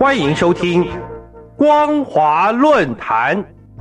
欢迎收听光华论坛。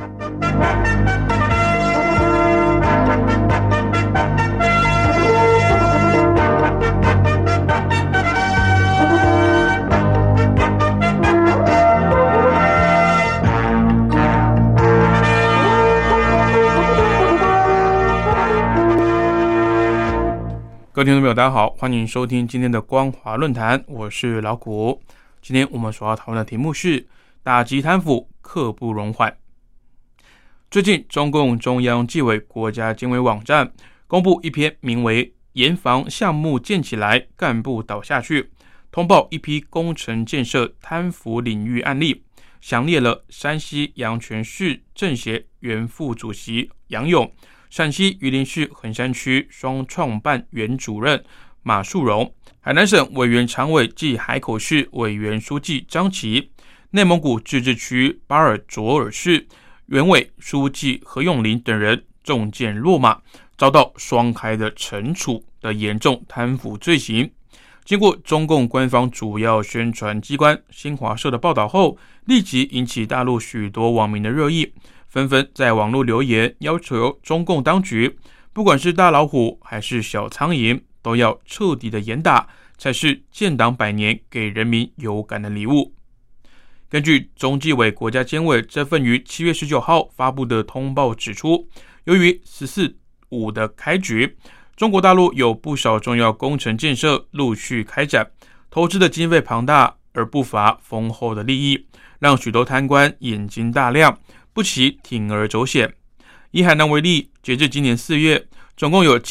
各位听众朋友大家好，欢迎收听今天的光华论坛，我是老谷。今天我们所要讨论的题目是打击贪腐，刻不容缓。最近中共中央纪委国家监委网站公布一篇名为严防项目建起来，干部倒下去，通报一批工程建设贪腐领域案例，详列了山西阳泉市政协原副主席杨勇，陕西榆林市横山区双创办原主任马树荣，海南省委员常委暨海口市委员书记张琪，内蒙古自治区巴尔卓尔市原委书记何永林等人中箭落马，遭到双开的惩处的严重贪腐罪行。经过中共官方主要宣传机关新华社的报道后，立即引起大陆许多网民的热议，纷纷在网络留言要求中共当局，不管是大老虎还是小苍蝇，都要彻底的严打，才是建党100年给人民有感的礼物。根据中纪委国家监委这份于7月19号发布的通报指出，由于14-5的开局，中国大陆有不少重要工程建设陆续开展，投资的经费庞大，而不乏丰厚的利益，让许多贪官眼睛大亮，不惜铤而走险。以海南为例，截至今年4月，总共有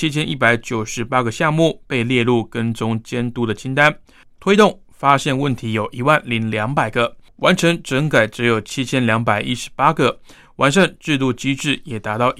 7198个项目被列入跟踪监督的清单，推动发现问题有10200个，完成整改只有7218个，完善制度机制也达到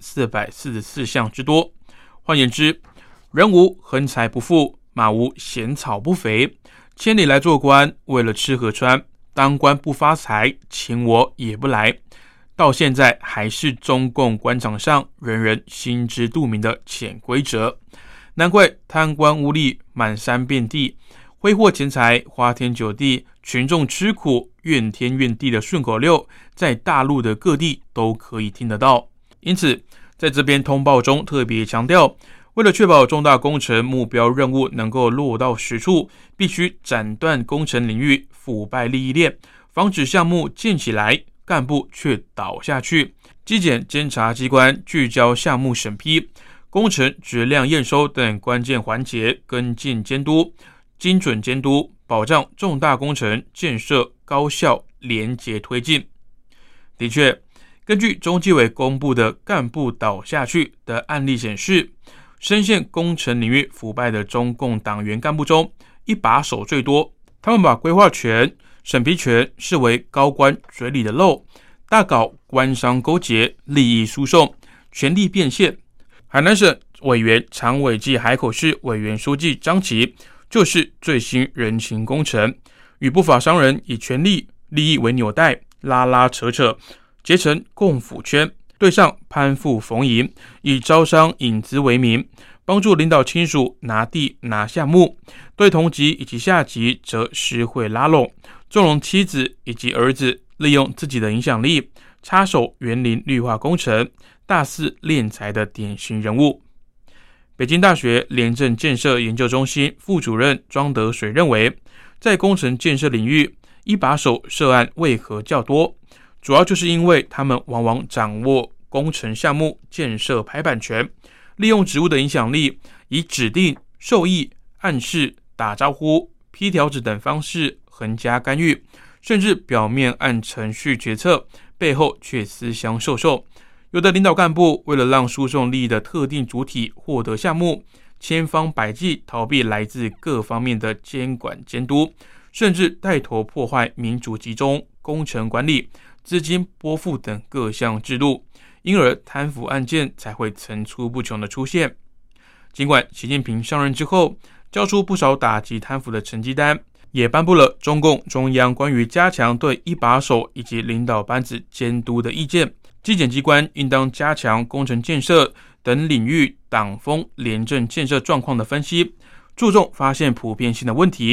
1444项之多。换言之，人无横财不富，马无闲草不肥，千里来做官，为了吃和穿，当官不发财，请我也不来。到现在还是中共官场上人人心知肚明的潜规则，难怪贪官污吏满山遍地，挥霍钱财，花天酒地，群众吃苦，怨天怨地的顺口溜，在大陆的各地都可以听得到。因此在这篇通报中特别强调，为了确保重大工程目标任务能够落到实处，必须斩断工程领域腐败利益链，防止项目建起来，干部却倒下去。纪检监察机关聚焦项目审批、工程质量验收等关键环节跟进监督，精准监督，保障重大工程建设高效廉洁推进。的确，根据中纪委公布的干部倒下去的案例显示，深陷工程领域腐败的中共党员干部中，一把手最多，他们把规划权、审批权视为高官嘴里的肉，大搞官商勾结、利益输送、权力变现。海南省委员常委暨海口市委员书记张琪就是最新人情工程，与不法商人以权力、利益为纽带，拉拉扯扯，结成共腐圈，对上攀附逢迎，以招商引资为名，帮助领导亲属拿地拿项目，对同级以及下级则施惠拉拢，纵容妻子以及儿子利用自己的影响力插手园林绿化工程，大肆敛财的典型人物。北京大学廉政建设研究中心副主任庄德水认为，在工程建设领域，一把手涉案为何较多，主要就是因为他们往往掌握工程项目建设排版权，利用职务的影响力，以指定、授意、暗示、打招呼、批条子等方式横加干预，甚至表面按程序决策，背后却私相授受。有的领导干部为了让输送利益的特定主体获得项目，千方百计逃避来自各方面的监管监督，甚至带头破坏民主集中、工程管理、资金拨付等各项制度，因而贪腐案件才会层出不穷的出现。尽管习近平上任之后交出不少打击贪腐的成绩单，也颁布了中共中央关于加强对一把手以及领导班子监督的意见，纪检机关应当加强工程建设等领域党风廉政建设状况的分析，注重发现普遍性的问题，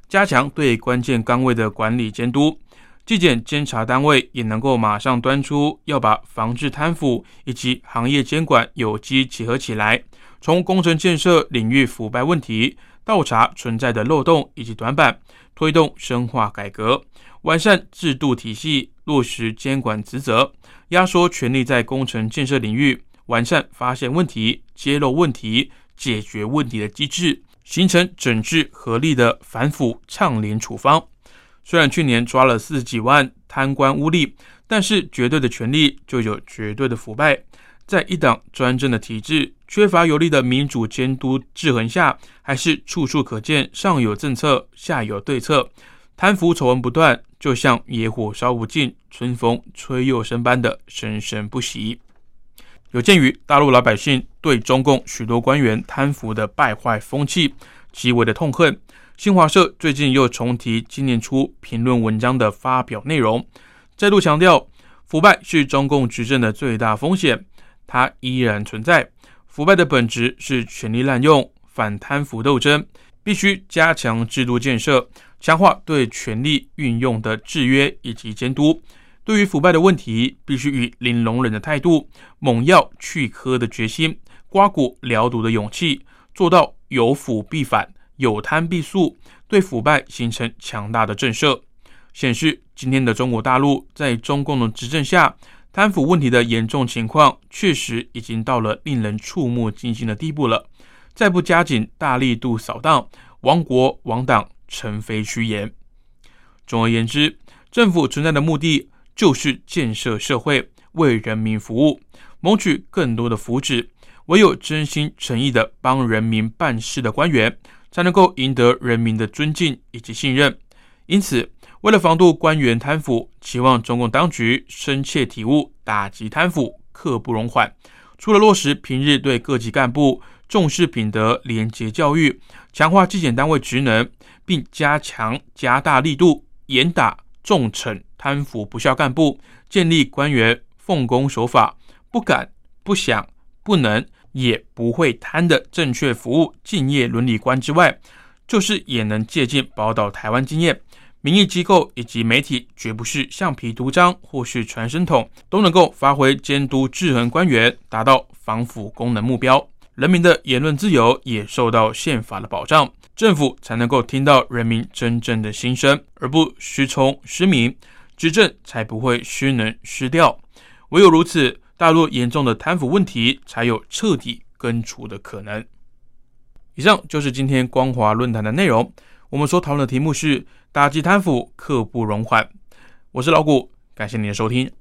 加强对关键岗位的管理监督。纪检监察单位也能够马上端出要把防治贪腐以及行业监管有机结合起来，从工程建设领域腐败问题调查存在的漏洞以及短板，推动深化改革，完善制度体系，落实监管职责，压缩权力在工程建设领域，完善发现问题、揭露问题、解决问题的机制，形成整治合力的反腐倡廉处方。虽然去年抓了40几万贪官污吏，但是绝对的权力就有绝对的腐败。在一党专政的体制、缺乏有力的民主监督制衡下，还是处处可见上有政策下有对策，贪腐丑闻不断，就像野火烧不尽，春风吹又生般的生生不息。有鉴于大陆老百姓对中共许多官员贪腐的败坏风气极为的痛恨，新华社最近又重提今年初评论文章的发表内容，再度强调腐败是中共执政的最大风险，它依然存在。腐败的本质是权力滥用，反贪腐斗争必须加强制度建设，强化对权力运用的制约以及监督。对于腐败的问题，必须以零容忍的态度、猛药去疴的决心、刮骨疗毒的勇气，做到有腐必反、有贪必肃，对腐败形成强大的震慑。显示今天的中国大陆在中共的执政下，贪腐问题的严重情况确实已经到了令人触目惊心的地步了。再不加紧大力度扫荡，亡国亡党诚非虚言。总而言之，政府存在的目的就是建设社会，为人民服务，谋取更多的福祉。唯有真心诚意的帮人民办事的官员，才能够赢得人民的尊敬以及信任。因此，为了防杜官员贪腐，期望中共当局深切体悟打击贪腐刻不容缓。除了落实平日对各级干部重视品德廉洁教育，强化纪检单位职能，并加大力度严打重惩贪腐不肖干部，建立官员奉公守法、不敢、不想、不能也不会贪的正确服务敬业伦理观之外，就是也能借鉴宝岛台湾经验，民意机构以及媒体绝不是橡皮图章或是传声筒，都能够发挥监督制衡官员，达到防腐功能目标。人民的言论自由也受到宪法的保障，政府才能够听到人民真正的心声，而不失聪失明，执政才不会失能失调。唯有如此，大陆严重的贪腐问题才有彻底根除的可能。以上就是今天光华论坛的内容，我们所讨论的题目是打击贪腐刻不容缓。我是老谷，感谢您的收听。